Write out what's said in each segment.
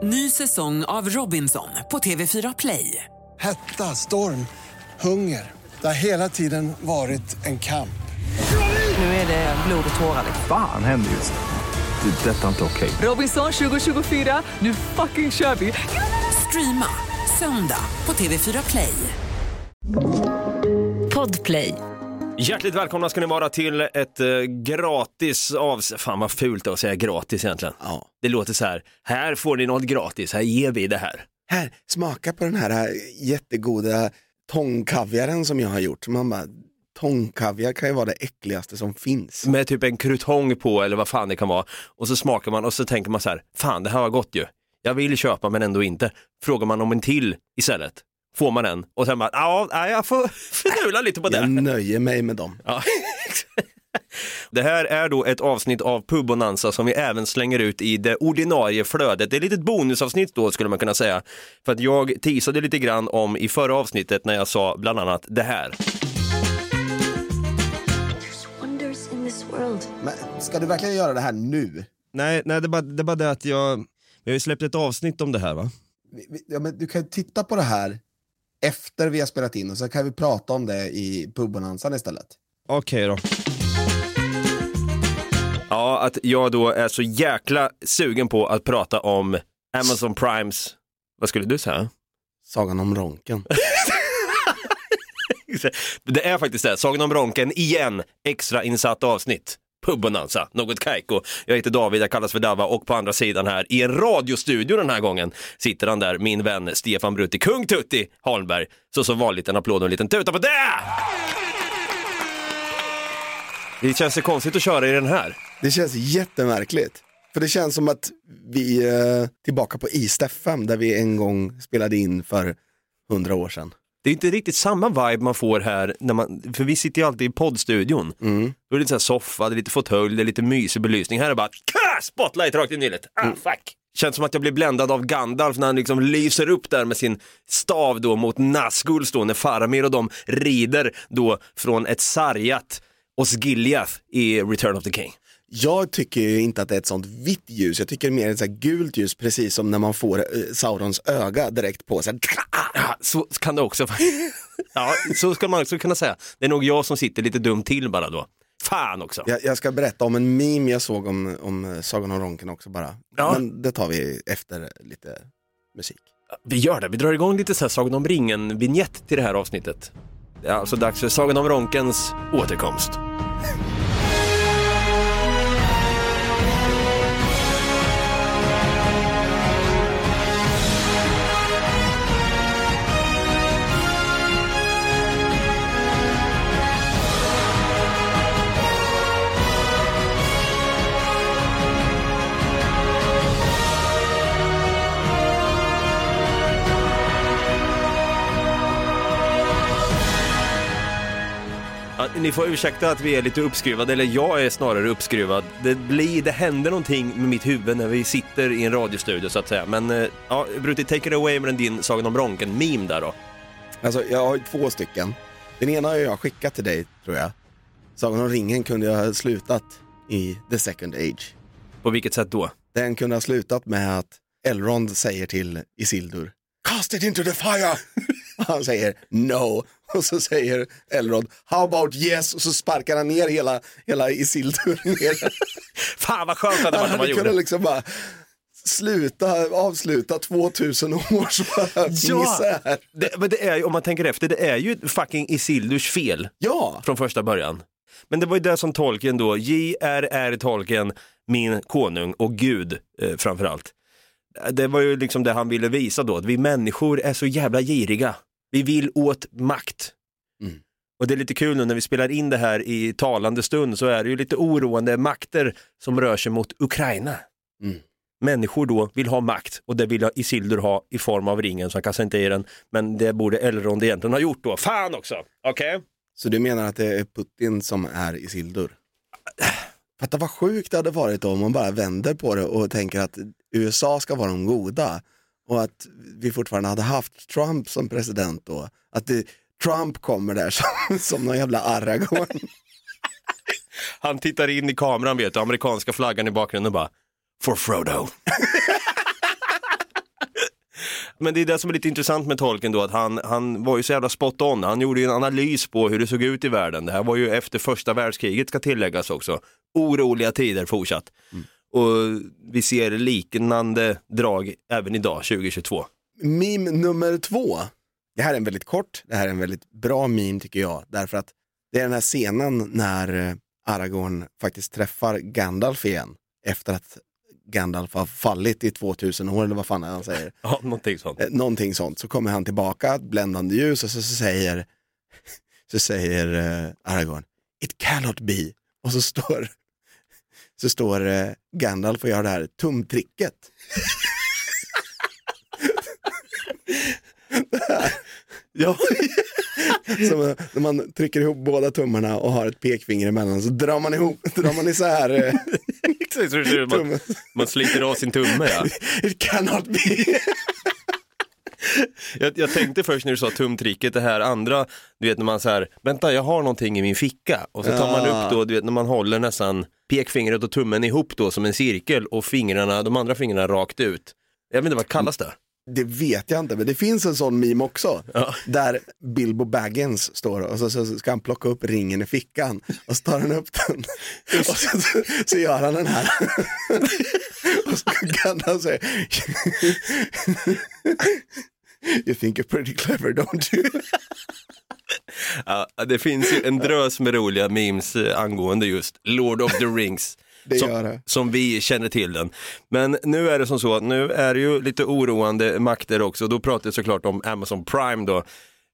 Ny säsong av Robinson på TV4 Play. Hetta, storm, hunger. Det har hela tiden varit en kamp. Nu är det blod och tårar. Fan händer just nu. Det. Detta är inte okej. Robinson 2024, nu fucking kör vi. Streama söndag på TV4 Play. Podplay. Hjärtligt välkomna ska ni vara till ett gratis Fan vad fult att säga gratis egentligen. Ja. Det låter så här. Här får ni något gratis, här ger vi det här. Här, smaka på den här jättegoda tångkaviaren som jag har gjort. Man bara, tångkaviar kan ju vara det äckligaste som finns. Med typ en krutong på eller vad fan det kan vara. Och så smakar man och så tänker man så här. Fan, det här var gott ju. Jag vill köpa men ändå inte. Frågar man om en till istället. Får man en och sen bara, ja, jag får förnula lite på det. Jag nöjer mig med dem. Ja. Det här är då ett avsnitt av Pubbonanza som vi även slänger ut i det ordinarie flödet. Det är ett litet bonusavsnitt då skulle man kunna säga. För att jag teasade lite grann om i förra avsnittet när jag sa bland annat det här. Men ska du verkligen göra det här nu? Nej, det är bara det att vi har ju släppt ett avsnitt om det här, va? Ja, men du kan titta på det här efter vi har spelat in och så kan vi prata om det i Pubbonanzan istället. Okej då. Ja, att jag då är så jäkla sugen på att prata om Amazon Primes, vad skulle du säga? Sagan om Ronken. Det är faktiskt det, Sagan om Ronken igen, extra insatt avsnitt. Pubbonanza, något kajko. Jag heter David, jag kallas för Dava och på andra sidan här i en radiostudio den här gången sitter han där, min vän Stefan Brutti, Kung Tutti Holmberg. Så som vanligt en applåd och en liten tuta på det! Det känns så konstigt att köra i den här. Det känns jättemärkligt. För det känns som att vi är tillbaka på East FM där vi en gång spelade in för 100 år sedan. Det är inte riktigt samma vibe man får här när för vi sitter ju alltid i poddstudion. Då är det lite så här soffa, det är lite fåtölj, det är lite mysig belysning. Här är bara spotlight rakt i nyllet. Fuck. Känns som att jag blir bländad av Gandalf när han liksom lyser upp där med sin stav då mot Nazgul då, när Faramir och de rider då från ett sargat Osgiliath i Return of the King. Jag tycker ju inte att det är ett sånt vitt ljus. Jag tycker mer ett så här gult ljus, precis som när man får Saurons öga direkt på sig. Ja, så kan det också. Ja, så ska man också kunna säga. Det är nog jag som sitter lite dumt till bara då. Fan också. Jag ska berätta om en meme jag såg om Sagan om Ronken också bara. Ja. Men det tar vi efter lite musik. Vi gör det. Vi drar igång lite så här Sagan om ringen vignett till det här avsnittet. Det är alltså dags för Sagan om Ronkens återkomst. Ni får ursäkta att vi är lite uppskruvade, eller jag är snarare uppskruvad. Det händer någonting med mitt huvud när vi sitter i en radiostudio så att säga. Men ja, Brutti, take it away med din Sagan om Ronken meme där då. Alltså jag har 2 stycken. Den ena har jag skickat till dig, tror jag. Sagan om ringen kunde jag ha slutat i The Second Age. På vilket sätt då? Den kunde ha slutat med att Elrond säger till Isildur, cast it into the fire! Han säger no. Och så säger Elrond, how about yes? Och så sparkar han ner hela Isildur ner. Fan vad skönt att man gjorde. Kunde liksom bara avsluta 2000 års misär. Men det är ju, om man tänker efter, det är ju fucking Isildurs fel. Ja. Från första början. Men det var ju det som Tolkien då, J.R.R. Tolkien, min konung och Gud framförallt. Det var ju liksom det han ville visa då, att vi människor är så jävla giriga. Vi vill åt makt. Och det är lite kul nu när vi spelar in det här i talande stund, så är det ju lite oroande makter som rör sig mot Ukraina. Människor då vill ha makt, och det vill Isildur ha i form av ringen, så han kanske inte är den, men det borde Elrond egentligen ha gjort då. Fan också, okej? Så du menar att det är Putin som är Isildur? Fatta vad sjukt det hade varit om man bara vänder på det och tänker att USA ska vara de goda. Och att vi fortfarande hade haft Trump som president då. Att Trump kommer där som någon jävla Aragorn. Han tittar in i kameran, vet du, amerikanska flaggan i bakgrunden och bara, for Frodo. Men det är det som är lite intressant med Tolkien då, att han var ju så jävla spot on. Han gjorde ju en analys på hur det såg ut i världen. Det här var ju efter första världskriget, ska tilläggas också. Oroliga tider fortsatt. Och vi ser liknande drag även idag, 2022. Meme nummer 2. Det här är en väldigt kort, det här är en väldigt bra meme tycker jag. Därför att det är den här scenen när Aragorn faktiskt träffar Gandalf igen. Efter att Gandalf har fallit i 2000 år eller vad fan han säger. Ja, någonting sånt. Så kommer han tillbaka, bländande ljus och så säger Aragorn, it cannot be. Och så står Gandalf och gör det här tumtricket. Ja. Så när man trycker ihop båda tummarna och har ett pekfinger emellan så drar man isär man sliter av sin tumme, ja. It cannot be. Jag tänkte först när du sa tumtricket, det här andra, du vet när man så här, vänta jag har någonting i min ficka och så tar man upp då, du vet när man håller nästan pekfingret och tummen ihop då som en cirkel och de andra fingrarna rakt ut. Jag vet inte vad kallas det? Det vet jag inte, men det finns en sån meme också. Ja. Där Bilbo Baggins står och så ska han plocka upp ringen i fickan och så tar han upp den och så gör han den här. Och så kan han säga You think you're pretty clever, don't you? Ja, det finns ju en drös med roliga memes angående just Lord of the Rings. Som vi känner till den. Men nu är det som så att nu är det ju lite oroande makter också. Då pratar jag såklart om Amazon Prime då.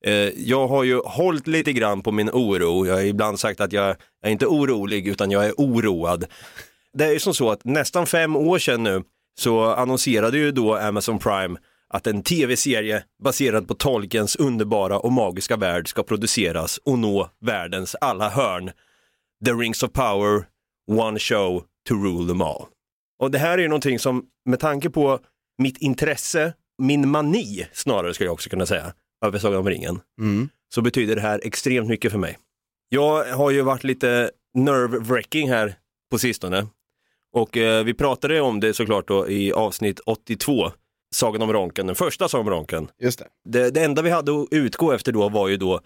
Jag har ju hållit lite grann på min oro. Jag har ibland sagt att jag är inte orolig utan jag är oroad. Det är ju som så att nästan 5 år sedan nu så annonserade ju då Amazon Prime att en tv-serie baserad på Tolkiens underbara och magiska värld ska produceras och nå världens alla hörn. The Rings of Power, one show to rule them all. Och det här är ju någonting som med tanke på mitt intresse, min mani snarare skulle jag också kunna säga, över Sagan om ringen, så betyder det här extremt mycket för mig. Jag har ju varit lite nerve-wracking här på sistone och vi pratade om det såklart då i avsnitt 82, Sagan om Ronken, den första Sagan om Ronken. Just det enda vi hade att utgå efter då var ju då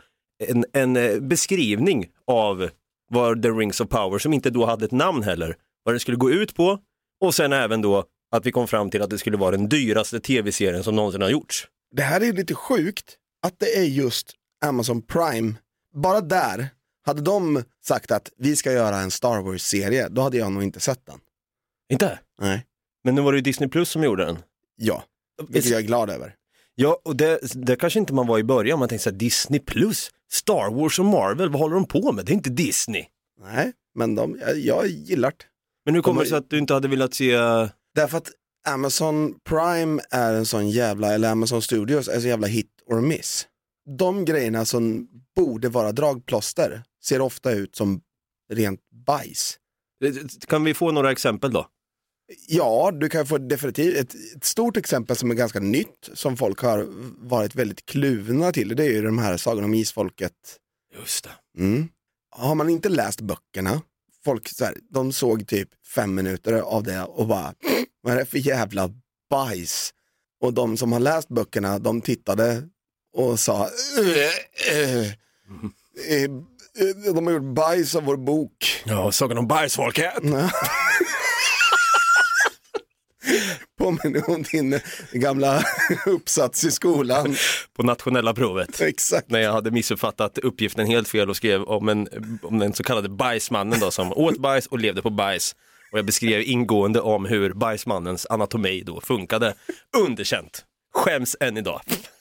en beskrivning av vad The Rings of Power, som inte då hade ett namn heller, vad det skulle gå ut på, och sen även då att vi kom fram till att det skulle vara den dyraste tv-serien som någonsin har gjorts. Det här är lite sjukt att det är just Amazon Prime. Bara där, hade de sagt att vi ska göra en Star Wars-serie, då hade jag nog inte sett den. Inte? Nej. Men nu var det ju Disney Plus som gjorde den. Ja, vilket jag är glad över. Ja, och det kanske inte man var i början. Man tänkte så här, Disney Plus, Star Wars och Marvel, vad håller de på med? Det är inte Disney. Nej, men jag gillar det. Men nu kommer det så att du inte hade velat se... Därför att Amazon Prime är en sån jävla, eller Amazon Studios är så jävla hit or miss. De grejerna som borde vara dragplåster ser ofta ut som rent bajs. Kan vi få några exempel då? Ja, du kan få definitivt ett stort exempel som är ganska nytt, som folk har varit väldigt kluvna till. Det är ju de här Sagan om isfolket. Just det. Har man inte läst böckerna, folk så här, de såg typ 5 minuter av det och bara, vad är det för jävla bajs? Och de som har läst böckerna, de tittade och sa de har gjort bajs av vår bok. Ja, Sagan om bajsfolket. Påminner om din gamla uppsats i skolan. På nationella provet. Exakt. När jag hade missuppfattat uppgiften helt fel och skrev om den så kallade bajsmannen då, som åt bajs och levde på bajs. Och jag beskrev ingående om hur bajsmannens anatomi då funkade. Underkänt. Skäms än idag.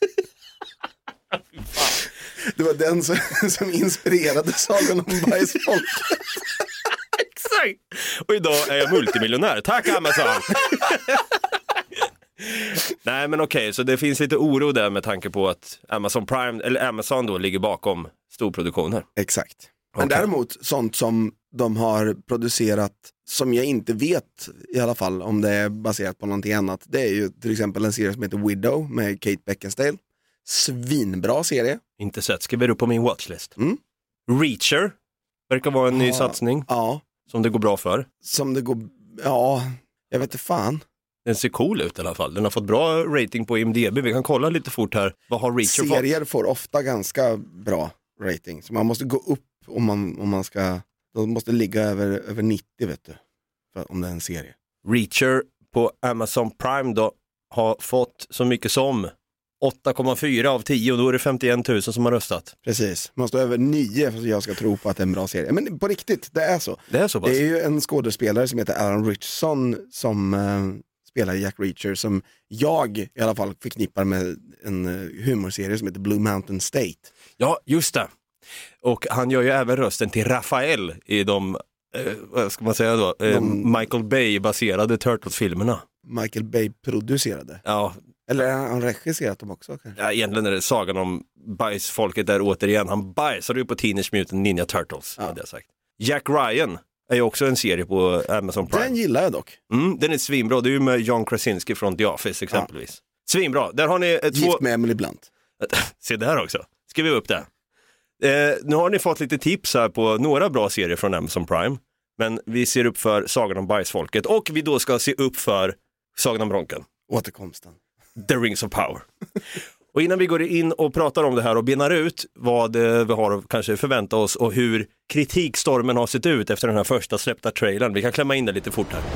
Det var den som inspirerade Sagan om bajsfolket. Exakt. Och idag är jag multimiljonär. Tack Amazon. Nej men okej, så det finns lite oro där med tanke på att Amazon Prime, eller Amazon då, ligger bakom storproduktioner. Exakt. Men däremot sånt som de har producerat som jag inte vet i alla fall om det är baserat på någonting annat. Det är ju till exempel en serie som heter Widow med Kate Beckinsale. Svinbra serie. Inte sett, skriver upp på min watchlist. Reacher verkar vara en ny satsning. Ja. Som det går bra för. Som det går, ja, jag vet inte fan. Den ser cool ut i alla fall. Den har fått bra rating på IMDb. Vi kan kolla lite fort här. Vad har Reacher fått? Serier får ofta ganska bra rating. Så man måste gå upp om man ska... De måste ligga över 90, vet du. Om det är en serie. Reacher på Amazon Prime då har fått så mycket som 8,4 av 10 och då är det 51 000 som har röstat. Precis, man står över 9 för att jag ska tro på att det är en bra serie. Men på riktigt, det är så. Det är så pass. Det är ju en skådespelare som heter Alan Ritchson som spelar Jack Reacher, som jag i alla fall förknippar med en humorserie som heter Blue Mountain State. Ja, just det. Och han gör ju även rösten till Raphael i de, vad ska man säga då, Michael Bay-baserade Turtles-filmerna. Michael Bay producerade? Ja. Eller har han regisserat dem också? Kanske? Ja, egentligen är det sagan om bajsfolket där återigen. Han bajsade ju på Teenage Mutant Ninja Turtles, hade jag sagt. Jack Ryan är ju också en serie på Amazon Prime. Den gillar jag dock. Den är svinbra, det är ju med John Krasinski från The Office exempelvis. Ja. Svinbra, där har ni Gift med Emily Blunt. Se där också, ska vi upp det. Nu har ni fått lite tips här på några bra serier från Amazon Prime. Men vi ser upp för Sagan om bajsfolket. Och vi då ska se upp för Sagan om Bronken. Återkomsten. The Rings of Power. Och innan vi går in och pratar om det här och benar ut vad vi har att kanske förvänta oss och hur kritikstormen har sett ut efter den här första släppta trailern. Vi kan klämma in det lite fort här.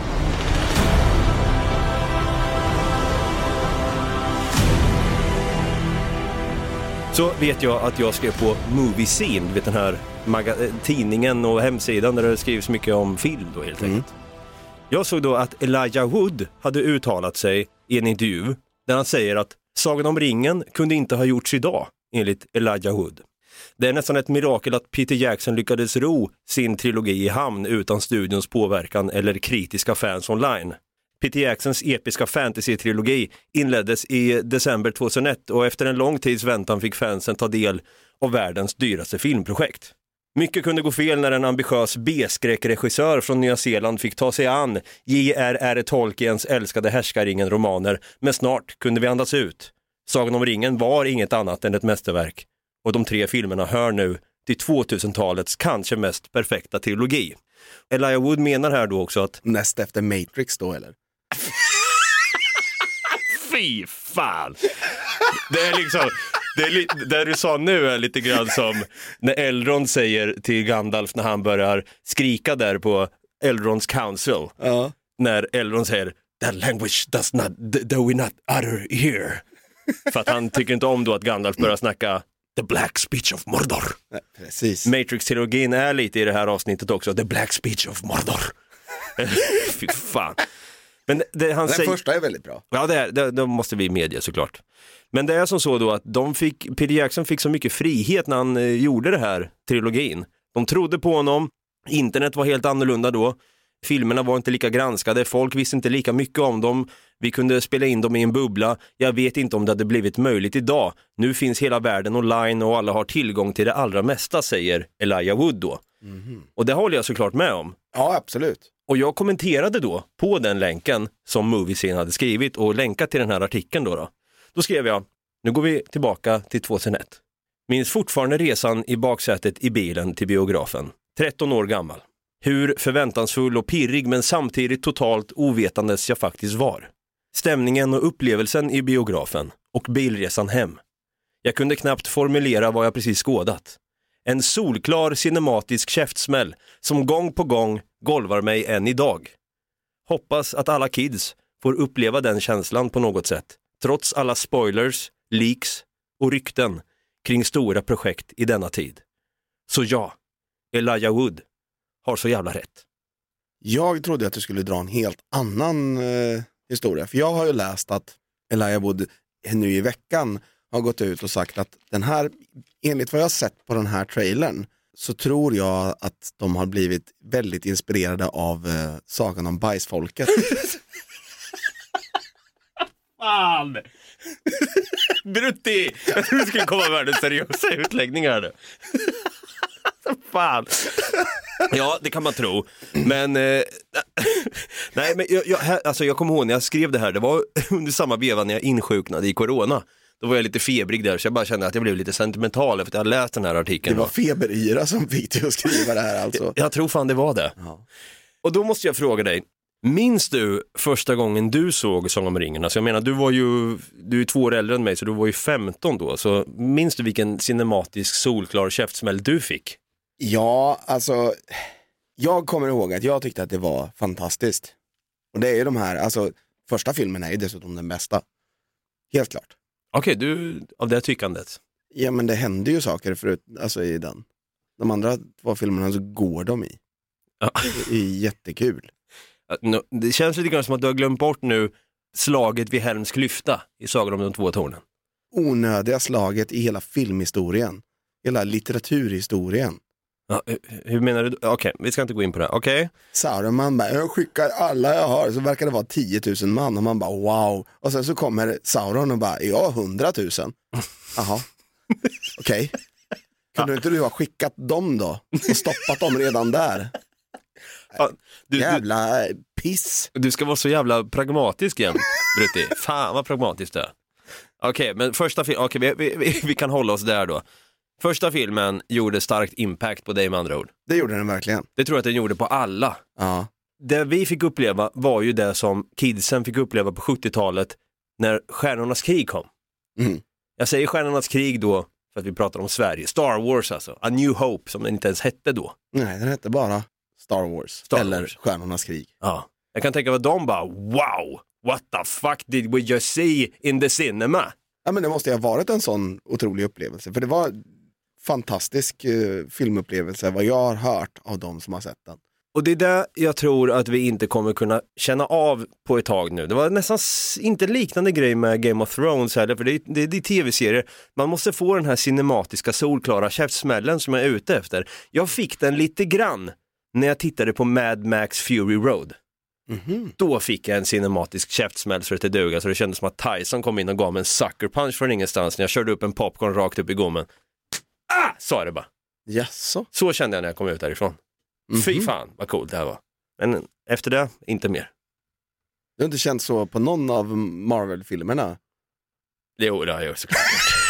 Så vet jag att jag skrev på Movie Scene, vet den här tidningen och hemsidan där det skrivs mycket om film då helt enkelt. Jag såg då att Elijah Wood hade uttalat sig i en intervju där han säger att Sagan om ringen kunde inte ha gjorts idag, enligt Elijah Wood. Det är nästan ett mirakel att Peter Jackson lyckades ro sin trilogi i hamn utan studions påverkan eller kritiska fans online. Peter Jacksons episka fantasy-trilogi inleddes i december 2001 och efter en lång tids väntan fick fansen ta del av världens dyraste filmprojekt. Mycket kunde gå fel när en ambitiös B-skräckregissör från Nya Zeeland fick ta sig an J.R.R. Tolkiens älskade härskaringen-romaner, men snart kunde vi andas ut. Sagan om ringen var inget annat än ett mästerverk och de 3 filmerna hör nu till 2000-talets kanske mest perfekta trilogi. Elijah Wood menar här då också att... Näst efter Matrix då, eller? Fy fan! Det är liksom... Det du sa nu är lite grann som när Elrond säger till Gandalf när han börjar skrika där på Elronds Council. När Elrond säger that language does not, do we not utter here. För att han tycker inte om då att Gandalf börjar snacka the black speech of Mordor. Precis. Matrix-trilogin är lite i det här avsnittet också, the black speech of Mordor. Fy fan. Men den första är väldigt bra. Ja, det måste vi medge såklart. Men det är som så då att Peter Jackson fick så mycket frihet när han gjorde det här trilogin. De trodde på honom, internet var helt annorlunda då, filmerna var inte lika granskade, folk visste inte lika mycket om dem, vi kunde spela in dem i en bubbla. Jag vet inte om det hade blivit möjligt idag. Nu finns hela världen online och alla har tillgång till det allra mesta, säger Elijah Wood då. Och det håller jag såklart med om. Ja, absolut. Och jag kommenterade då på den länken som Moviescene hade skrivit och länkat till den här artikeln då. Då skrev jag, nu går vi tillbaka till 2001. Minns fortfarande resan i baksätet i bilen till biografen. 13 år gammal. Hur förväntansfull och pirrig men samtidigt totalt ovetandes jag faktiskt var. Stämningen och upplevelsen i biografen och bilresan hem. Jag kunde knappt formulera vad jag precis skådat. En solklar cinematisk käftsmäll som gång på gång golvar mig än idag. Hoppas att alla kids får uppleva den känslan på något sätt. Trots alla spoilers, leaks och rykten kring stora projekt i denna tid. Så ja, Elijah Wood har så jävla rätt. Jag trodde att du skulle dra en helt annan historia. För jag har ju läst att Elijah Wood nu i veckan har gått ut och sagt att den här, enligt vad jag har sett på den här trailern, så tror jag att de har blivit väldigt inspirerade av sagan om bajsfolket. Fan! Brutti! Jag tror det skulle komma världens seriösa utläggningar nu. Fan. Ja, det kan man tro. Men nej, men jag kommer ihåg när jag skrev det här. Det var under samma veva när jag insjuknade i corona. Då var jag lite febrig där, så jag bara kände att jag blev lite sentimental efter att jag hade läst den här artikeln. Det var feberyra som fick dig att skriva det här alltså. Jag tror fan det var det. Ja. Och då måste jag fråga dig, Minns du första gången du såg Sagan om ringen? Alltså jag menar, du är 2 år äldre än mig, så du var ju 15 då. Så minns du vilken cinematisk solklar käftsmäll du fick? Ja, alltså jag kommer ihåg att jag tyckte att det var fantastiskt. Och det är ju de här, alltså första filmen är ju dessutom den bästa. Helt klart. Okej, du, av det tyckandet. Ja, men det händer ju saker förut, alltså i den. De andra 2 filmerna så går de i. Ja. Det är jättekul. Det känns lite grann som att du har glömt bort nu slaget vid Helms klyfta i Sagan om de 2 tornen. Onödiga slaget i hela filmhistorien. Hela litteraturhistorien. Ja, hur menar du? Okej, vi ska inte gå in på det. Okej. Saruman bara, jag skickar alla jag har. Så verkar det vara 10 000 man och man bara wow. Och sen så kommer Sauron och bara, ja 100 000. Jaha, okej. Kunde inte du ha skickat dem då? Och stoppat dem redan där? Ja, jävla piss. Du ska vara så jävla pragmatisk igen, Brutti. Fan vad pragmatiskt det är. Okej, men första filmen, vi kan hålla oss där då. Första filmen gjorde starkt impact på dig med andra ord. Det gjorde den verkligen. Det tror jag att den gjorde på alla. Ja. Det vi fick uppleva var ju det som kidsen fick uppleva på 70-talet när Stjärnornas krig kom. Mm. Jag säger Stjärnornas krig då för att vi pratar om Sverige. Star Wars alltså. A New Hope som den inte ens hette då. Nej, den hette bara Star Wars. Eller Stjärnornas krig. Ja. Jag kan tänka att de bara, wow, what the fuck did we just see in the cinema? Ja, men det måste ju ha varit en sån otrolig upplevelse. För det var fantastisk filmupplevelse vad jag har hört av de som har sett den. Och det är det jag tror att vi inte kommer kunna känna av på ett tag nu. Det var nästan inte liknande grej med Game of Thrones heller, för det är tv-serier. Man måste få den här cinematiska solklara käftsmällen som jag är ute efter. Jag fick den lite grann när jag tittade på Mad Max Fury Road. Mm-hmm. Då fick jag en cinematisk käftsmäll så det duga, så det kändes som att Tyson kom in och gav mig en sucker punch från ingenstans när jag körde upp en popcorn rakt upp i gommen. Sa det bara. Jaså? Så kände jag när jag kom ut därifrån. Mm-hmm. Fy fan, vad coolt det här var. Men efter det, inte mer. Du har inte känt så på någon av Marvel-filmerna? Jo, det har jag såklart.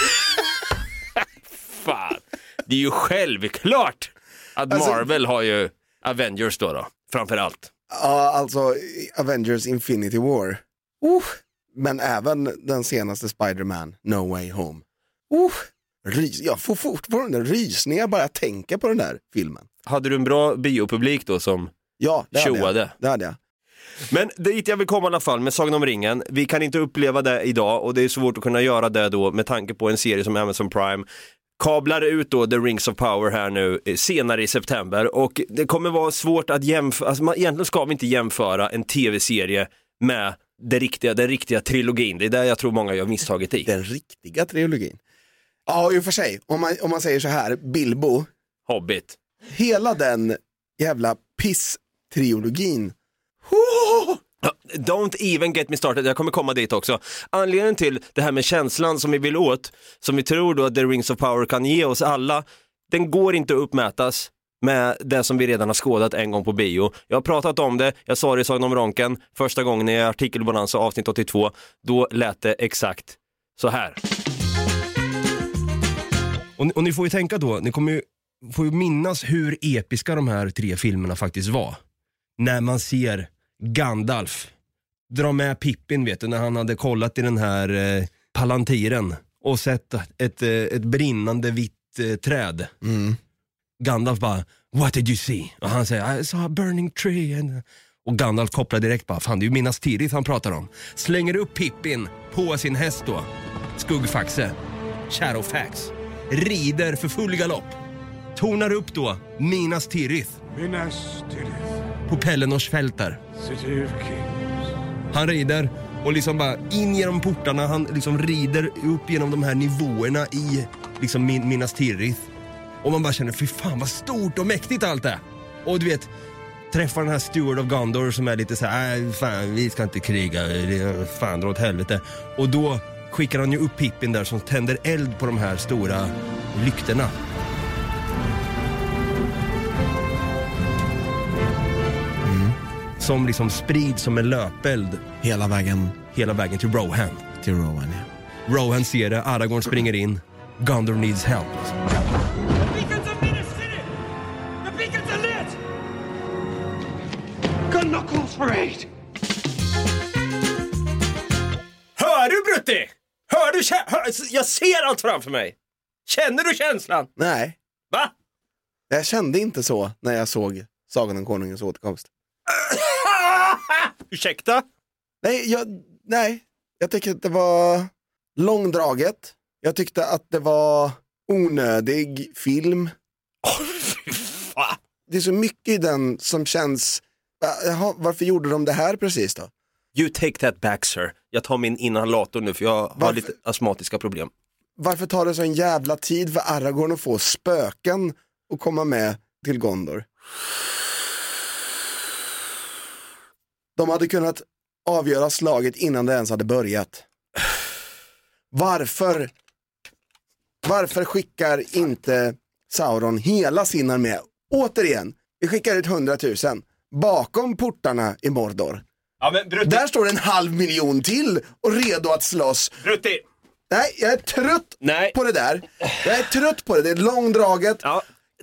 Fan, det är ju självklart att Marvel har ju Avengers då, framförallt. Ja, alltså Avengers Infinity War. Men även den senaste Spider-Man, No Way Home. Jag får fortfarande rysningar bara jag tänker på den där filmen. Hade du en bra biopublik då som tjoade? Det hade jag. Men dit jag vill komma i alla fall med Sagan om ringen. Vi kan inte uppleva det idag och det är svårt att kunna göra det då med tanke på en serie som Amazon Prime kablar ut då The Rings of Power här nu senare i september, och det kommer vara svårt att jämföra, alltså egentligen ska vi inte jämföra en tv-serie med den riktiga trilogin. Det är där jag tror många gör misstaget i. Den riktiga trilogin? Ja, i och för sig. Om man säger så här, Bilbo, Hobbit. Hela den jävla piss-trilogin. Don't even get me started, jag kommer komma dit också. Anledningen till det här med känslan som vi vill åt, som vi tror då att The Rings of Power kan ge oss alla, den går inte att uppmätas med det som vi redan har skådat en gång på bio. Jag har pratat om det, jag sa det i Sagan om Ronken första gången i artikelbonanza avsnitt 82. Då lät det exakt så här. Och ni får ju tänka då, ni kommer ju får ju minnas hur episka de här 3 filmerna faktiskt var. När man ser Gandalf dra med Pippin, vet du, när han hade kollat i den här palantiren och sett ett brinnande vitt träd. Gandalf bara, what did you see? Och han säger, I saw a burning tree. Och Gandalf kopplar direkt bara, fan det är ju Minas Tirith han pratar om. Slänger upp Pippin på sin häst då, Skuggfaxe, Shadowfax, rider för full galopp, tonar upp då Minas Tirith på Pelennors fält där. Han rider och liksom bara in genom portarna, han liksom rider upp genom de här nivåerna i liksom Minas Tirith. Och man bara känner, fy fan vad stort och mäktigt allt det. Och du vet, träffar den här Steward of Gondor som är lite så här, fan vi ska inte kriga, fan dra åt helvete. Och då skickar han ju upp Pippin där som tänder eld på de här stora lykterna. Som liksom sprids som en löpeld Hela vägen till Rohan. Ja. Rohan ser det, Aragorn springer in. Gondor needs help. The beacons of Minas Tirith! The beacons are lit! Gun knuckles parade! Brutti! Hör du jag ser allt framför mig. Känner du känslan? Nej, Va? jag kände inte så när jag såg Sagan om konungens återkomst. Ursäkta? Nej, jag tycker att det var långdraget. Jag tyckte att det var onödig film. Det är så mycket i den som känns... Jaha, varför gjorde de det här precis då? You take that back, sir. Jag tar min inhalator nu för jag har lite astmatiska problem. Varför tar det så en jävla tid för Aragorn att få spöken och komma med till Gondor? De hade kunnat avgöra slaget innan det ens hade börjat. Varför skickar inte Sauron hela sin armé? Återigen, vi skickar ut 100 000 bakom portarna i Mordor. Ja, men Brutti. Där står 500 000 till och redo att slåss. Brutti. Nej, jag är trött på det där. Jag är trött på det, det är långdraget. Ja.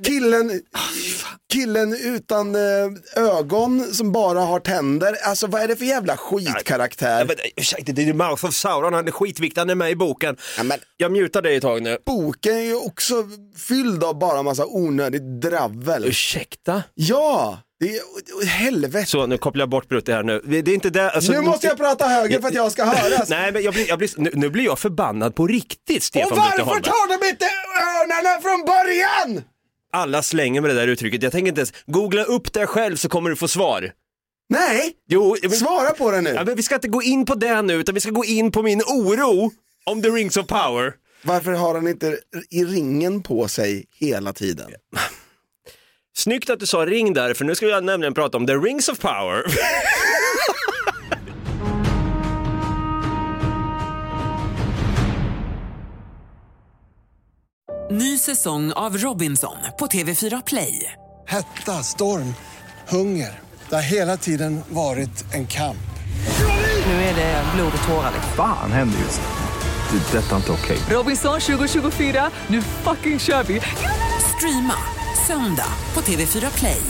Killen utan ögon som bara har tänder. Alltså vad är det för jävla skitkaraktär? Ursäkta, det är Mouth of Sauron, han är skitviktig, han är med i boken. Ja, men jag mutar dig ett tag nu. Boken är ju också fylld av bara massa onödigt dravel. Ursäkta? Ja, det är helvete. Så nu kopplar jag bort Brutti här nu. Det är inte det, alltså, nu måste jag prata höger för att jag ska höras. Nej, men nu blir jag förbannad på riktigt, Stefan. Och varför tar de inte örnarna från början? Alla slänger med det där uttrycket. Jag tänker inte ens googla upp det själv så kommer du få svar. Nej, svara på det nu. Ja, men vi ska inte gå in på det nu, utan vi ska gå in på min oro om The Rings of Power. Varför har han inte i ringen på sig hela tiden? Snyggt att du sa ring där, för nu ska jag nämligen prata om The Rings of Power. Ny säsong av Robinson på TV4 Play. Hetta, storm, hunger. Det har hela tiden varit en kamp. Nu är det blod och tårar. Fan händer just det. Det är detta inte okej. Robinson 2024, nu fucking kör vi. Streama söndag på TV4 Play.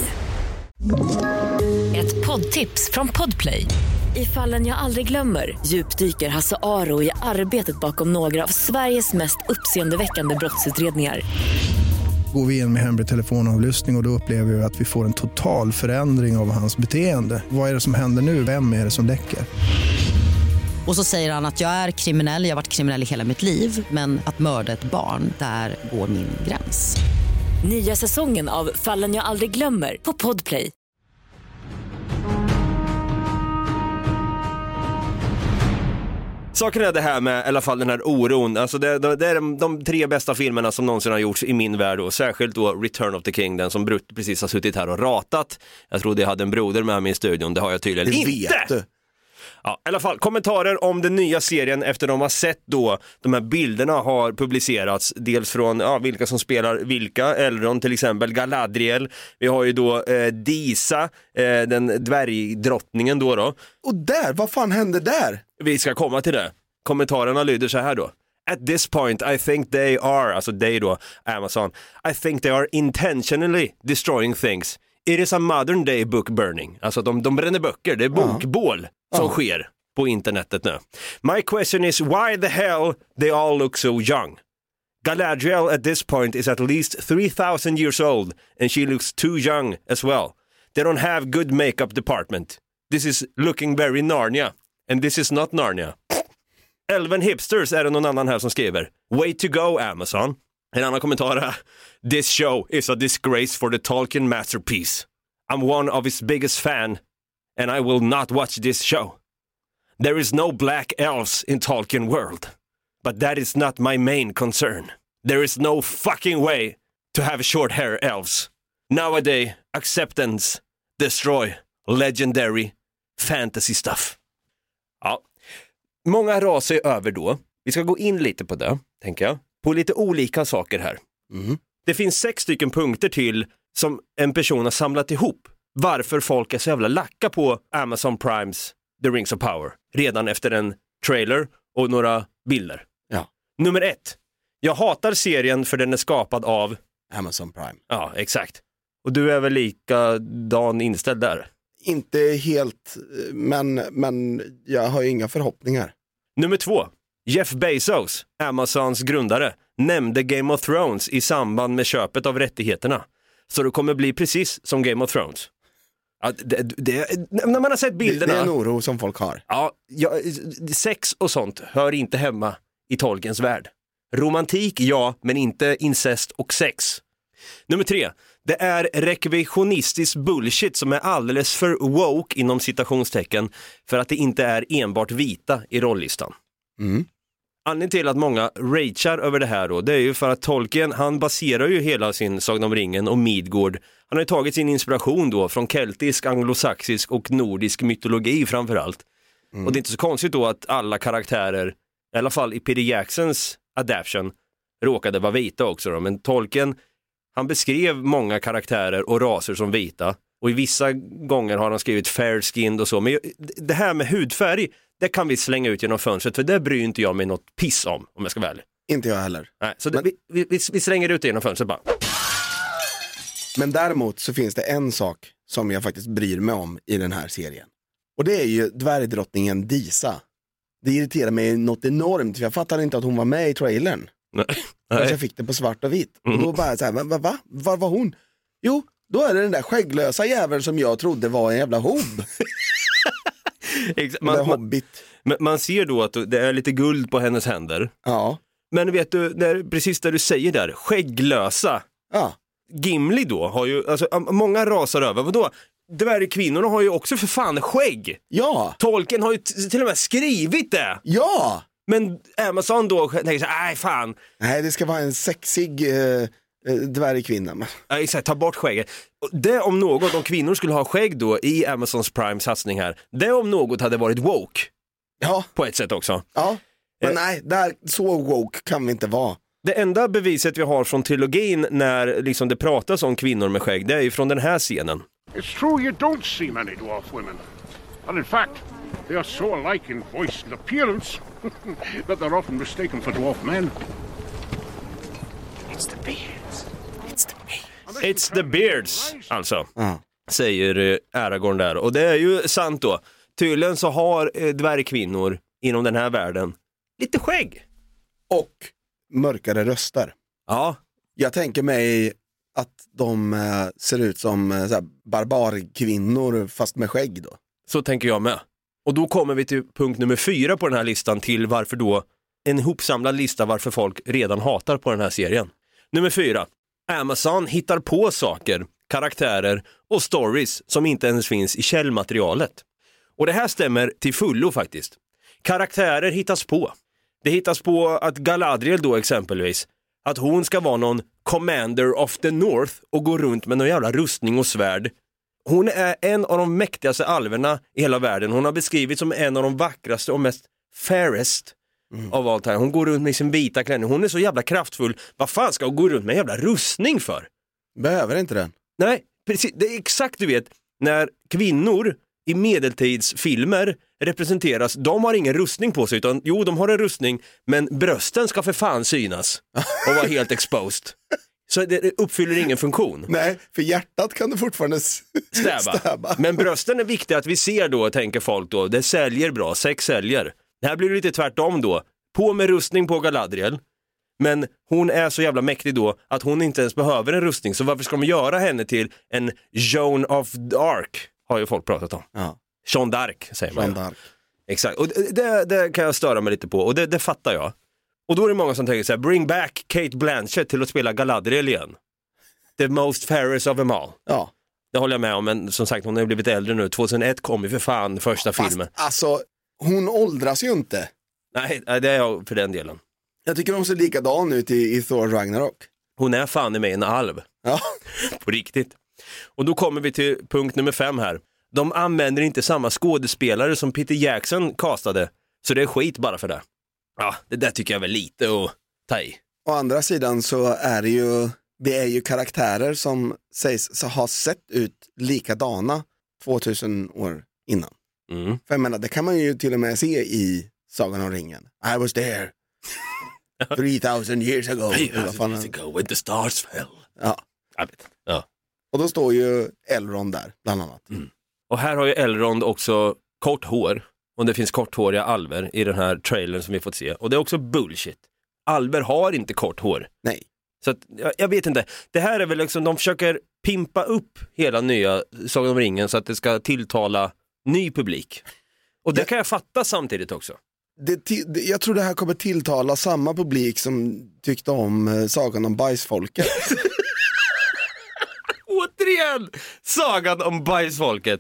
Ett poddtips från Podplay. I Fallen jag aldrig glömmer djupdyker Hasse Aro i arbetet bakom några av Sveriges mest uppseendeväckande brottsutredningar. Går vi in med hemlig telefonavlyssning och då upplever vi att vi får en total förändring av hans beteende. Vad är det som händer nu? Vem är det som läcker? Och så säger han att jag är kriminell, jag har varit kriminell i hela mitt liv. Men att mörda ett barn, där går min gräns. Nya säsongen av Fallen jag aldrig glömmer på Podplay. Saken är det här med i alla fall den här oron. Alltså det är de 3 bästa filmerna som någonsin har gjorts i min värld, och särskilt då Return of the King, den som Brutt precis har suttit här och ratat. Jag trodde jag hade en broder med mig i studion, det har jag tydligen inte. Vet du. Ja, i alla fall kommentarer om den nya serien efter de har sett då de här bilderna har publicerats, dels från vilka som spelar vilka, Elrond till exempel, Galadriel, vi har ju då Disa, den dvärgdrottningen då. Och där, vad fan hände där? Vi ska komma till det. Kommentarerna lyder så här då. At this point I think they are, alltså they då, Amazon, I think they are intentionally destroying things. It is a modern day book burning. Alltså de bränner böcker, det är bokbål som sker på internetet nu. My question is why the hell they all look so young? Galadriel at this point is at least 3,000 years old and she looks too young as well. They don't have good makeup department. This is looking very Narnia. And this is not Narnia. 11 hipsters är det någon annan här som skriver. Way to go Amazon. En annan kommentar är. This show is a disgrace for the Tolkien masterpiece. I'm one of his biggest fan. And I will not watch this show. There is no black elves in Tolkien world. But that is not my main concern. There is no fucking way to have short hair elves. Nowadays, acceptance, destroy, legendary, fantasy stuff. Ja, många rasar över då. Vi ska gå in lite på det, tänker jag. På lite olika saker här. Det finns 6 stycken punkter till som en person har samlat ihop. Varför folk är så jävla lacka på Amazon Primes The Rings of Power. Redan efter en trailer och några bilder. Ja. Nummer 1. Jag hatar serien för den är skapad av Amazon Prime. Ja, exakt. Och du är väl likadan inställd där? Inte helt, men jag har ju inga förhoppningar. Nummer 2. Jeff Bezos, Amazons grundare, nämnde Game of Thrones i samband med köpet av rättigheterna. Så det kommer bli precis som Game of Thrones. Ja, när man har sett bilderna... Det är en oro som folk har. Ja, sex och sånt hör inte hemma i Tolkiens värld. Romantik, ja, men inte incest och sex. Nummer 3. Det är rekvisionistisk bullshit som är alldeles för woke inom citationstecken för att det inte är enbart vita i rolllistan. Anledningen till att många ragear över det här då, det är ju för att Tolkien, han baserar ju hela sin Sagan om ringen och Midgård. Han har ju tagit sin inspiration då från keltisk, anglosaxisk och nordisk mytologi framförallt. Och det är inte så konstigt då att alla karaktärer, i alla fall i Peter Jacksons adaption, råkade vara vita också då. Men Tolkien, han beskrev många karaktärer och raser som vita. Och i vissa gånger har han skrivit fair-skinned och så. Men det här med hudfärg, det kan vi slänga ut genom fönstret. För det bryr inte jag mig något piss om jag ska välja. Inte jag heller. Nej, så vi slänger ut det genom fönstret bara. Men däremot så finns det en sak som jag faktiskt bryr mig om i den här serien. Och det är ju dvärgdrottningen Disa. Det irriterar mig något enormt, för jag fattade inte att hon var med i trailern. Nej. Jag fick det på svart och vitt. Och då bara så här, va? Var var hon? Jo, då är det den där skägglösa jäveln som jag trodde var en jävla hobb. Man ser då att det är lite guld på hennes händer. Ja. Men vet du, precis det du säger där, skägglösa. Ja. Gimli då har ju, alltså många rasar över, vadå? Dvärgkvinnorna har ju också för fan skägg. Ja. Tolkien har ju till och med skrivit det. Ja. Men Amazon då tänker så här, nej fan. Nej, det ska vara en sexig dvärgkvinna. Exakt, ta bort skägget. Det om något, om kvinnor skulle ha skägg då i Amazons Prime-satsning här, det om något hade varit woke. Ja. På ett sätt också. Ja, men nej, så woke kan vi inte vara. Det enda beviset vi har från trilogin när liksom det pratas om kvinnor med skägg, det är ju från den här scenen. It's true you don't see many dwarf women. And in fact, they are so alike in voice and appearance that they're often mistaken for dwarf men. It's the beards. It's the beards, alltså, säger Aragorn där. Och det är ju sant då. Tydligen så har dvärgkvinnor inom den här världen lite skägg. Och mörkare röster. Ja. Jag tänker mig att de ser ut som så här, barbarkvinnor fast med skägg då. Så tänker jag med. Och då kommer vi till punkt nummer 4 på den här listan, till varför då en hopsamlad lista varför folk redan hatar på den här serien. Nummer 4. Amazon hittar på saker, karaktärer och stories som inte ens finns i källmaterialet. Och det här stämmer till fullo faktiskt. Karaktärer hittas på. Det hittas på att Galadriel då exempelvis, att hon ska vara någon commander of the North och gå runt med någon jävla rustning och svärd. Hon är en av de mäktigaste alverna i hela världen. Hon har beskrivits som en av de vackraste och mest fairest av allt här. Hon går runt med sin vita klänning. Hon är så jävla kraftfull. Vad fan ska hon gå runt med en jävla rustning för? Behöver inte den. Nej, precis. Det är exakt, du vet, när kvinnor i medeltidsfilmer representeras, de har ingen rustning på sig, utan jo, de har en rustning, men brösten ska för fan synas och vara helt exposed. Så det uppfyller ingen funktion. Nej, för hjärtat kan du fortfarande stäba. Men brösten är viktiga att vi ser då, tänker folk då. Det säljer bra, sex säljer. Det här blir lite tvärtom då. På med rustning på Galadriel. Men hon är så jävla mäktig då att hon inte ens behöver en rustning. Så varför ska de göra henne till en Joan of Arc? Har ju folk pratat om. Ja. Jean d'Arc säger man. Jean d'Arc. Exakt, och det kan jag störa mig lite på. Och det fattar jag. Och då är det många som tänker så här: bring back Kate Blanchett till att spela Galadriel igen. The most fairest of them all. Ja. Det håller jag med om, men som sagt, hon har blivit äldre nu. 2001 kom ju för fan första filmen. Alltså, hon åldras ju inte. Nej, det är jag för den delen. Jag tycker hon ser likadan ut i Thor Ragnarok. Hon är fan i mig en alv. Ja. På riktigt. Och då kommer vi till punkt nummer 5 här. De använder inte samma skådespelare som Peter Jackson castade. Så det är skit bara för det. Ja, det där tycker jag väl lite att ta i. Å andra sidan så är det är ju karaktärer som sägs ha sett ut likadana 2000 år innan. För jag menar, det kan man ju till och med se i Sagan om ringen. I was there 3000 years ago. 3000 years ago when the stars fell. Ja. Jag vet. Ja. Och då står ju Elrond där, bland annat. Och här har ju Elrond också kort hår. Och det finns korthåriga alver i den här trailern som vi fått se. Och det är också bullshit. Alver har inte kort hår. Nej. Så att, jag vet inte. Det här är väl liksom, de försöker pimpa upp hela nya Sagan om ringen så att det ska tilltala ny publik. Och det kan jag fatta samtidigt också. Jag tror det här kommer tilltala samma publik som tyckte om Sagan om bajsfolket. Återigen, Sagan om bajsfolket.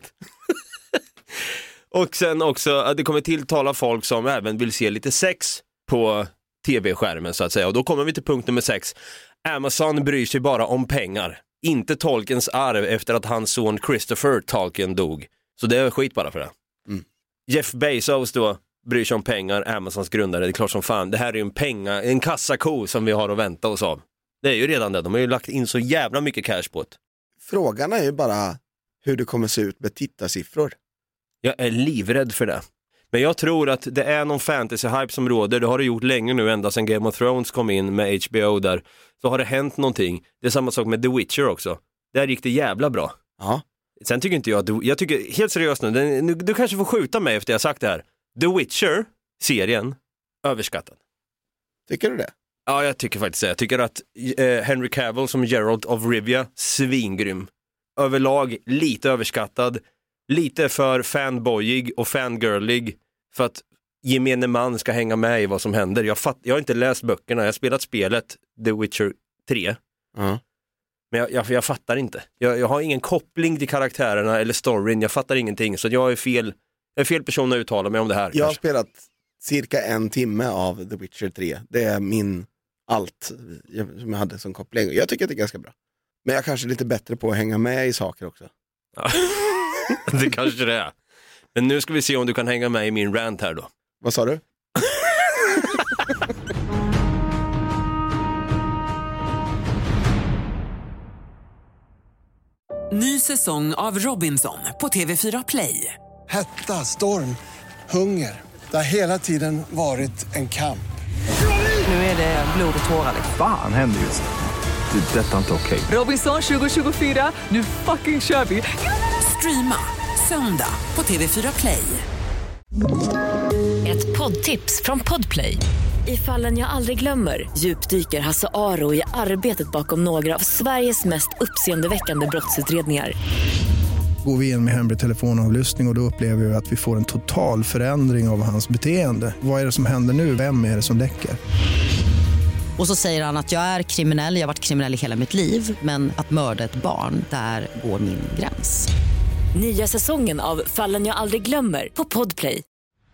Och sen också att det kommer tilltala folk som även vill se lite sex på tv-skärmen så att säga. Och då kommer vi till punkt nummer 6. Amazon bryr sig bara om pengar. Inte Tolkiens arv efter att hans son Christopher Tolkien dog. Så det är skit bara för det. Jeff Bezos då bryr sig om pengar, Amazons grundare. Det är klart som fan, det här är ju en kassako som vi har att vänta oss av. Det är ju redan det, de har ju lagt in så jävla mycket cash på det. Frågan är ju bara hur det kommer se ut med tittarsiffror. Jag är livrädd för det. Men jag tror att det är någon fantasy-hype som råder. Det har det gjort länge nu, ända sedan Game of Thrones kom in med HBO där. Så har det hänt någonting. Det är samma sak med The Witcher också. Där gick det jävla bra. Ja. Sen tycker inte jag tycker helt seriöst nu, du kanske får skjuta mig efter jag sagt det här. The Witcher, serien, överskattad. Tycker du det? Ja, jag tycker faktiskt det. Jag tycker att Henry Cavill som Geralt of Rivia, svingrym. Överlag lite överskattad. Lite för fanboyig och fangirlig för att gemene man ska hänga med i vad som händer. Jag har inte läst böckerna, jag har spelat spelet The Witcher 3. Men jag fattar inte. Jag har ingen koppling till karaktärerna eller storyn, jag fattar ingenting. Så jag är fel person att uttala mig om det här. Jag har spelat cirka 1 timme av The Witcher 3. Det är min allt som jag hade som koppling. Jag tycker att det är ganska bra. Men jag är kanske lite bättre på att hänga med i saker också. Ja. Det kanske det är. Men nu ska vi se om du kan hänga med i min rant här då. Vad sa du? Ny säsong av Robinson på TV4 Play. Hetta, storm, hunger. Det har hela tiden varit en kamp. Nu är det blod och tårar. Fan händer just det. Det är detta inte okej. Robinson 2024, nu fucking kör vi. Streama söndag på TV4 Play. Ett poddtips från Podplay. I Fallen jag aldrig glömmer djupdyker Hasse Aro i arbetet bakom några av Sveriges mest uppseendeväckande brottsutredningar. Går vi in med hemlig telefonavlyssning och då upplever vi att vi får en total förändring av hans beteende. Vad är det som händer nu? Vem är det som läcker? Och så säger han att jag är kriminell, jag har varit kriminell i hela mitt liv. Men att mörda ett barn, där går min gräns. Nya säsongen av Fallen jag aldrig glömmer på Podplay.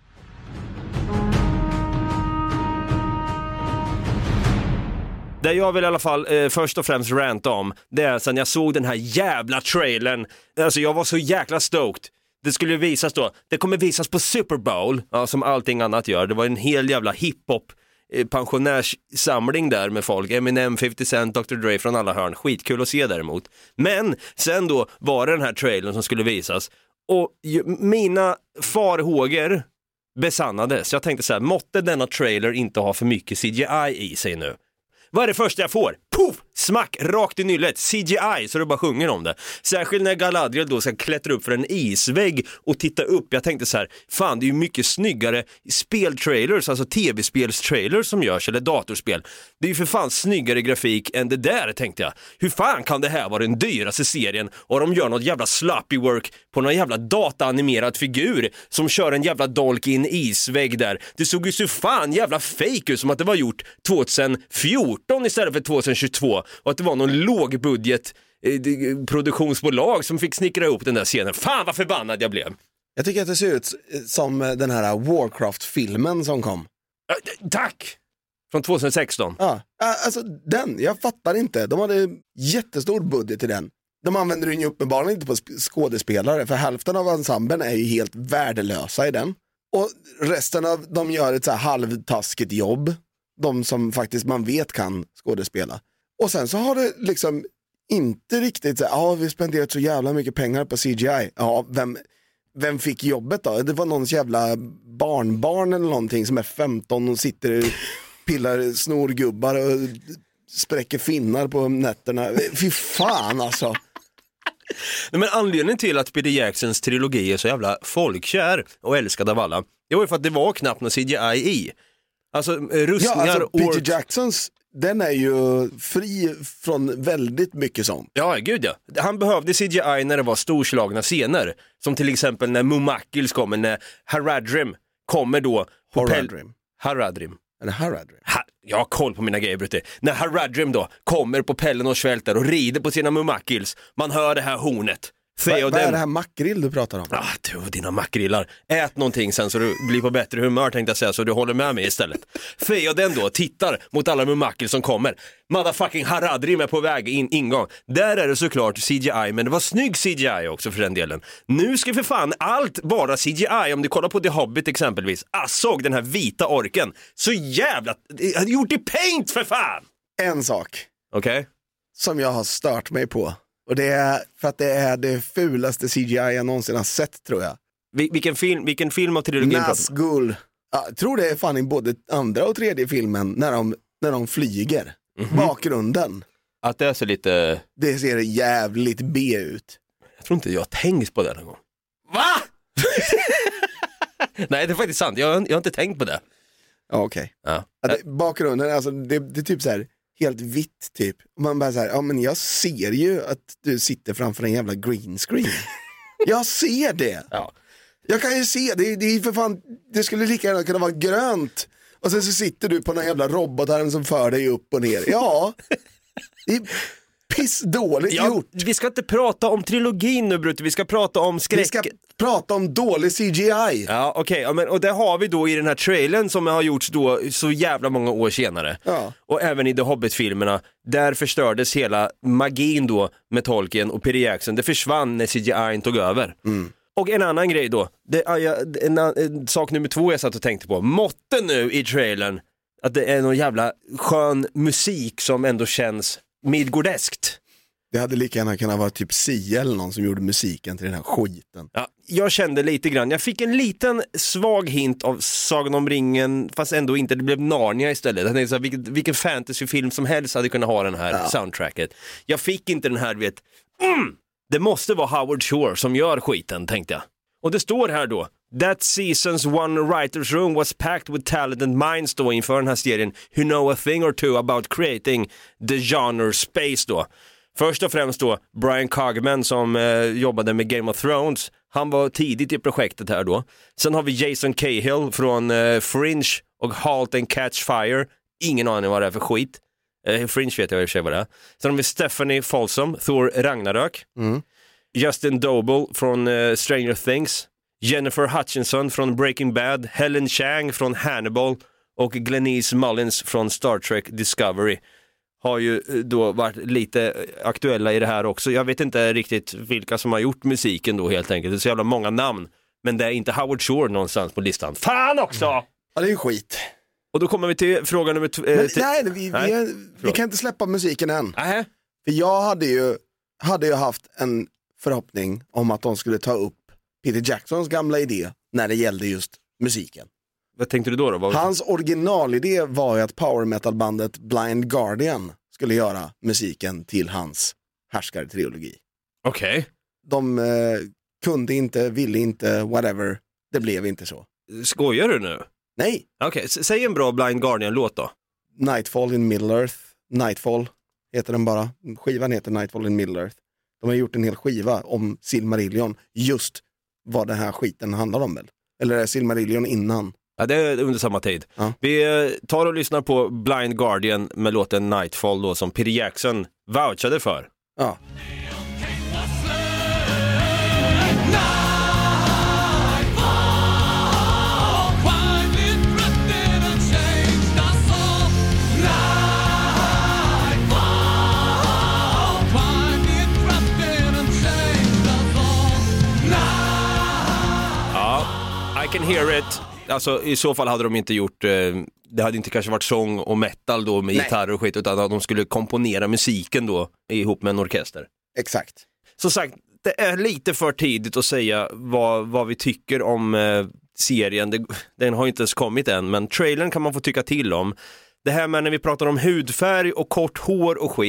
Det jag vill i alla fall först och främst ranta om, det är sen jag såg den här jävla trailern. Alltså jag var så jäkla stoked. Det skulle visas då, det kommer visas på Super Bowl, ja, som allting annat gör. Det var en hel jävla hiphop pensionärssamling där med folk. Eminem, 50 Cent, Dr. Dre från alla hörn. Skitkul att se däremot. Men sen då var det den här trailern som skulle visas. Och mina farhågor besannades. Jag tänkte så här, måtte denna trailer inte ha för mycket CGI i sig nu. Vad är det första jag får? Puff! Smack! Rakt i nyllet. CGI, så du bara sjunger om det. Särskilt när Galadriel då ska klättra upp för en isvägg och titta upp. Jag tänkte så här, fan det är ju mycket snyggare speltrailers, alltså tv-spelstrailers som görs, eller datorspel. Det är ju för fan snyggare grafik än det där, tänkte jag. Hur fan kan det här vara den dyraste serien och de gör något jävla sloppy work på någon jävla dataanimerad figur som kör en jävla dolk i en isvägg där. Det såg ju så fan jävla fake ut, som att det var gjort 2014 istället för 2022 och att det var någon lågbudget produktionsbolag som fick snickra ihop den där scenen. Fan vad förbannad jag blev. Jag tycker att det ser ut som den här Warcraft-filmen som kom. Tack! Från 2016. Ja, alltså jag fattar inte. De hade jättestor budget till den. De använder den ju uppenbarligen inte på skådespelare, för hälften av ensemblen är ju helt värdelösa i den. Och resten av de gör ett så här halvtaskigt jobb. De som faktiskt man vet kan skådespela. Och sen så har det liksom inte riktigt så här, vi spenderat så jävla mycket pengar på CGI. Ja, vem fick jobbet då? Det var någons jävla barnbarn eller någonting som är 15 och sitter och pillar snorgubbar och spräcker finnar på nätterna. Fy fan alltså. Men anledningen till att Peter Jacksons trilogi är så jävla folkkär och älskad av alla, det var ju för att det var knappt någon CGI i. Alltså rustningar och... Peter Jacksons, den är ju fri från väldigt mycket sånt. Ja, gud ja. Han behövde CGI när det var storslagna scener. Som till exempel när Mumakils kommer, när Haradrim kommer då. Haradrim. Eller Haradrim? Jag har koll på mina grejer, Brutte. När Haradrim då kommer på pällen och svälter och rider på sina Mumakils. Man hör det här hornet. Vad är det här makrill du pratar om? Du, dina makrillar. Ät någonting sen så du blir på bättre humör, tänkte jag säga, så du håller med mig istället. Feoden då tittar mot alla Mumakil som kommer. Motherfucking Haradrim är på väg ingång. Där är det såklart CGI, men det var snygg CGI också för den delen. Nu ska för fan allt vara CGI. Om du kollar på The Hobbit exempelvis. Såg den här vita orken. Så jävla... Jag hade gjort i paint för fan! En sak. Okej. Som jag har stört mig på. Och det är för att det är det fulaste CGI jag någonsin har sett, tror jag. Vilken film av trilogin? Nazgul. Jag tror det är fan i både andra och tredje filmen när de flyger. Bakgrunden. Att det är så lite... Det ser jävligt B ut. Jag tror inte jag har tänkt på det någon gång. Va? Nej, det är faktiskt sant. Jag har inte tänkt på det. Ja, okej. Ja. Bakgrunden, alltså det är typ så här... helt vitt typ. Och man bara så här, ja men jag ser ju att du sitter framför en jävla green screen. Jag ser det. Ja. Jag kan ju se, det är för fan, det skulle lika gärna kunna vara grönt. Och sen så sitter du på någon jävla robotarm som för dig upp och ner. Ja, det är pissdåligt gjort. Vi ska inte prata om trilogin nu, Brutte. Vi ska prata om skräck. Vi ska prata om dålig CGI. Ja, okej. Ja, och det har vi då i den här trailern som har gjorts då så jävla många år senare. Ja. Och även i The Hobbit-filmerna. Där förstördes hela magin då med Tolkien och Peter Jackson. Det försvann när CGI tog över. Och en annan grej då. En sak nummer 2 jag satt och tänkte på. Måtten nu i trailern. Att det är någon jävla skön musik som ändå känns midgårdeskt. Det hade lika gärna kunnat vara typ Sia eller någon som gjorde musiken till den här skiten. Ja, jag kände lite grann. Jag fick en liten svag hint av Sagan om ringen, fast ändå inte. Det blev Narnia istället. Jag tänkte så här, vilken fantasyfilm som helst hade kunnat ha den här soundtracket. Jag fick inte den här, det måste vara Howard Shore som gör skiten, tänkte jag. Och det står här då: That season's one writer's room was packed with talented minds då inför den här serien who know a thing or two about creating the genre space då. Först och främst då Brian Cogman som jobbade med Game of Thrones. Han var tidigt i projektet här då. Sen har vi Jason Cahill från Fringe och Halt and Catch Fire. Ingen aning vad det är för skit. Fringe vet jag i och för sig vad det är. Sen har vi Stephanie Folsom, Thor Ragnarök. Justin Doble från Stranger Things. Jennifer Hutchinson från Breaking Bad. Helen Chang från Hannibal. Och Glenise Mullins från Star Trek Discovery. Har ju då varit lite aktuella i det här också. Jag vet inte riktigt vilka som har gjort musiken då helt enkelt. Det är så jävla många namn. Men det är inte Howard Shore någonstans på listan. Fan också! Ja, det är ju skit. Och då kommer vi till fråga nummer 2. Vi kan inte släppa musiken än. Nähä. För jag hade ju haft en förhoppning om att de skulle ta upp Peter Jacksons gamla idé när det gällde just musiken. Vad tänkte du då? Hans originalidé var ju att power metal-bandet Blind Guardian skulle göra musiken till hans härskartrilogi. Okej. De kunde inte, ville inte, whatever. Det blev inte så. Skojar du nu? Nej. Okej, säg en bra Blind Guardian-låt då. Nightfall in Middle-earth. Nightfall heter den bara. Skivan heter Nightfall in Middle-earth. De har gjort en hel skiva om Silmarillion. Just vad den här skiten handlar om väl? Eller är Silmarillion innan? Ja, det är under samma tid. Ja. Vi tar och lyssnar på Blind Guardian med låten Nightfall då, som Peter Jackson vouchade för. Ja. I can hear it. Alltså i så fall hade de inte gjort, det hade inte kanske varit sång och metal då med gitarr och skit, utan att de skulle komponera musiken då ihop med en orkester. Exakt. Som sagt, det är lite för tidigt att säga vad vi tycker om serien. Den har inte ens kommit än, men trailern kan man få tycka till om. Det här med när vi pratar om hudfärg och kort hår och skit.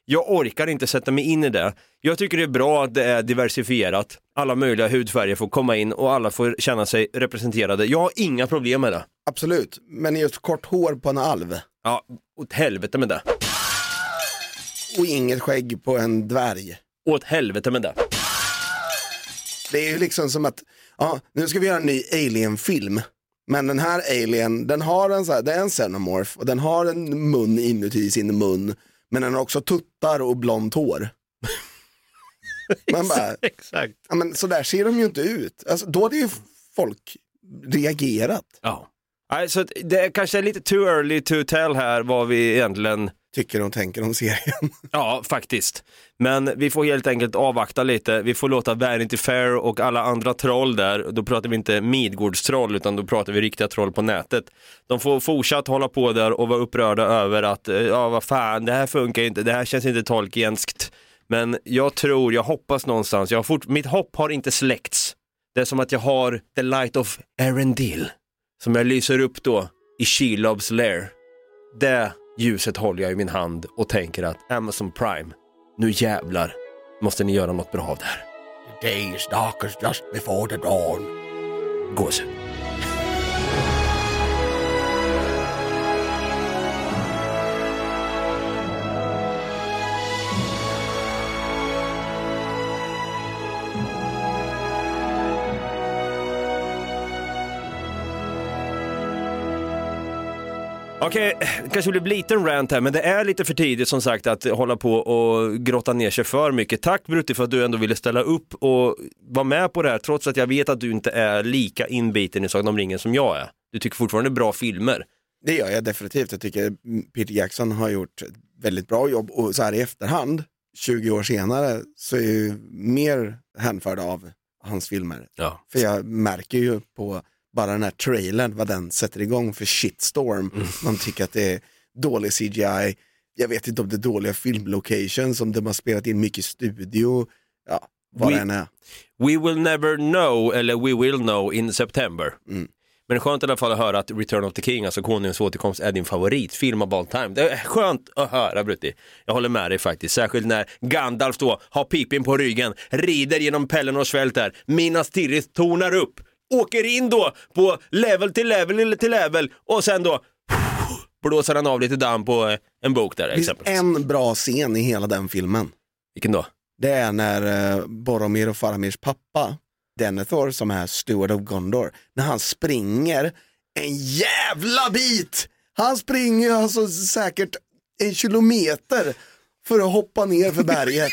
Jag orkar inte sätta mig in i det. Jag tycker det är bra att det är diversifierat. Alla möjliga hudfärger får komma in och alla får känna sig representerade. Jag har inga problem med det. Absolut, men just kort hår på en alv. Ja, åt helvete med det. Och inget skägg på en dvärg. Åt helvete med det. Det är ju liksom som att, ja, nu ska vi göra en ny Alien-film. Men den här Alien, den har en så här, det är en xenomorph och den har en mun inuti sin mun. Men den har också tuttar och blont hår. Man bara, exakt. Ja, men så där ser de ju inte ut. Alltså, då hade ju folk reagerat. Ja. Alltså, det är kanske lite too early to tell här vad vi egentligen tycker och tänker om serien. Ja, faktiskt. Men vi får helt enkelt avvakta lite. Vi får låta Vanity Fair och alla andra troll där, då pratar vi inte Midgårdstroll utan då pratar vi riktiga troll på nätet. De får fortsatt hålla på där och vara upprörda över att ja, vad fan, det här funkar inte, det här känns inte tolkienskt. Men jag hoppas någonstans, mitt hopp har inte släckts. Det är som att jag har the light of Erendil som jag lyser upp då i Shelobs lair. Det ljuset håller jag i min hand och tänker att Amazon Prime, nu jävlar måste ni göra något bra av det här. The day is darkest just before the dawn. Gås. Okej, kanske blir lite en rant här, men det är lite för tidigt som sagt att hålla på och grotta ner sig för mycket. Tack Brutti för att du ändå ville ställa upp och vara med på det här, trots att jag vet att du inte är lika inbiten i Sagan om ringen som jag är. Du tycker fortfarande bra filmer. Det gör jag definitivt. Jag tycker Peter Jackson har gjort ett väldigt bra jobb och så här i efterhand, 20 år senare, så är jag ju mer hänförd av hans filmer. Ja. För jag märker ju på bara den här trailern, vad den sätter igång för shitstorm. Man tycker att det är dålig CGI. Jag vet inte om det är dåliga filmlocations, om de har spelat in mycket studio. Ja, vad den är. We will never know, eller we will know in September. Men det är skönt i alla fall att höra att Return of the King, alltså Konungens återkomst, är din favoritfilm av all time. Det är skönt att höra, Brutti. Jag håller med dig faktiskt. Särskilt när Gandalf då har pipen på ryggen, rider genom Pelennors svält där. Minas Tirith tornar upp. Åker in då på level till level och sen då blåser han av lite damm på en bok där exempelvis. Det finns en bra scen i hela den filmen. Vilken då? Det är när Boromir och Faramirs pappa, Denethor, som är Steward of Gondor, när han springer en jävla bit. Han springer alltså säkert 1 kilometer för att hoppa ner för berget.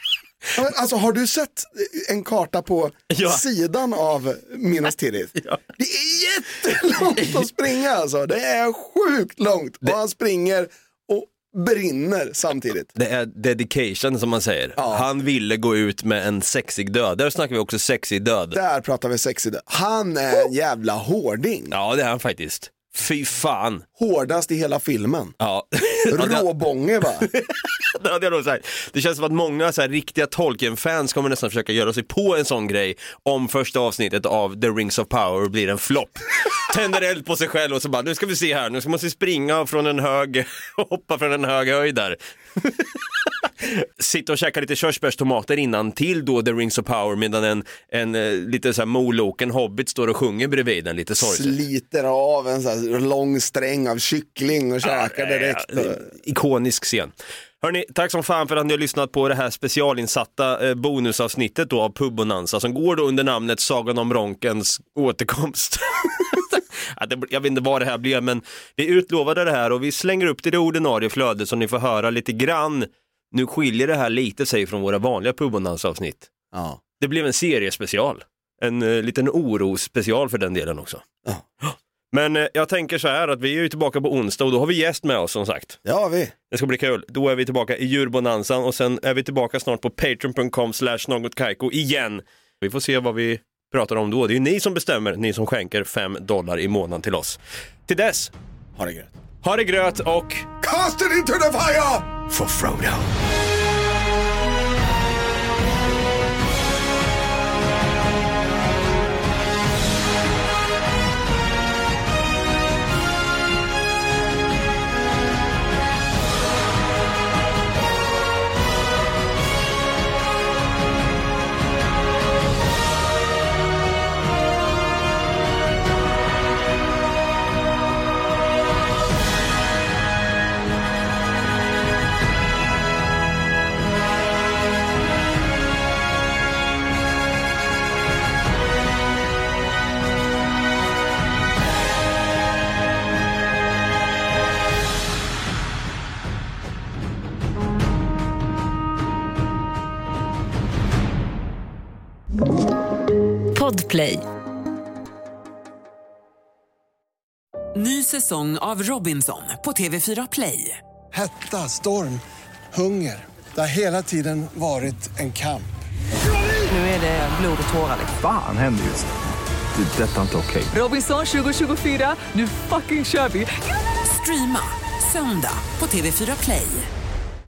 Alltså, har du sett en karta på sidan av Minas Tirith? Ja. Det är jättelångt att springa alltså. Det är sjukt långt. Och han springer och brinner samtidigt. Det är dedication som man säger. Ja. Han ville gå ut med en sexig död. Där snackar vi också sexig död. Där pratar vi sexig död. Han är en jävla hårding. Ja, det är han faktiskt. Fy fan. Hårdast i hela filmen. Ja. Råbånge va? Det hade jag nog sagt. Det känns som att många så här riktiga Tolkien-fans kommer nästan försöka göra sig på en sån grej om första avsnittet av The Rings of Power blir en flopp. Tänder eld på sig själv och så bara, nu ska vi se här, nu ska man springa från en hög och hoppa från en hög höjd där. Sitta och käka lite körsbärstomater innan till då The Rings of Power, medan en lite så här moloken hobbit står och sjunger bredvid den lite sorgligt. Sliter av en så här lång sträng av kyckling och käkar direkt. Ikonisk scen. Hörrni, tack som fan för att ni har lyssnat på det här specialinsatta bonusavsnittet då av Pubbonanza som går då under namnet Sagan om Ronkens återkomst. Jag vet inte vad det här blir, men vi utlovade det här och vi slänger upp till det ordinarie flödet så ni får höra lite grann. Nu skiljer det här lite sig från våra vanliga Pubbonanza-avsnitt. Ja. Det blev en seriespecial. En liten oro-special för den delen också. Ja. Men jag tänker så här att vi är ju tillbaka på onsdag och då har vi gäst med oss som sagt. Ja, vi. Det ska bli kul. Då är vi tillbaka i djurbonanzan och sen är vi tillbaka snart på patreon.com/nogotkaiko igen. Vi får se vad vi pratar om då. Det är ju ni som bestämmer, ni som skänker $5 i månaden till oss. Till dess, ha det gröt. Ha det gröt och cast it into the fire for Frodo. Podplay. Ny säsong av Robinson på TV4 Play. Hetta, storm, hunger. Det har hela tiden varit en kamp. Nu är det blod och tårar. Fan händer just det. Det är detta inte okej. Robinson 2024, nu fucking kör vi. Streama söndag på TV4 Play.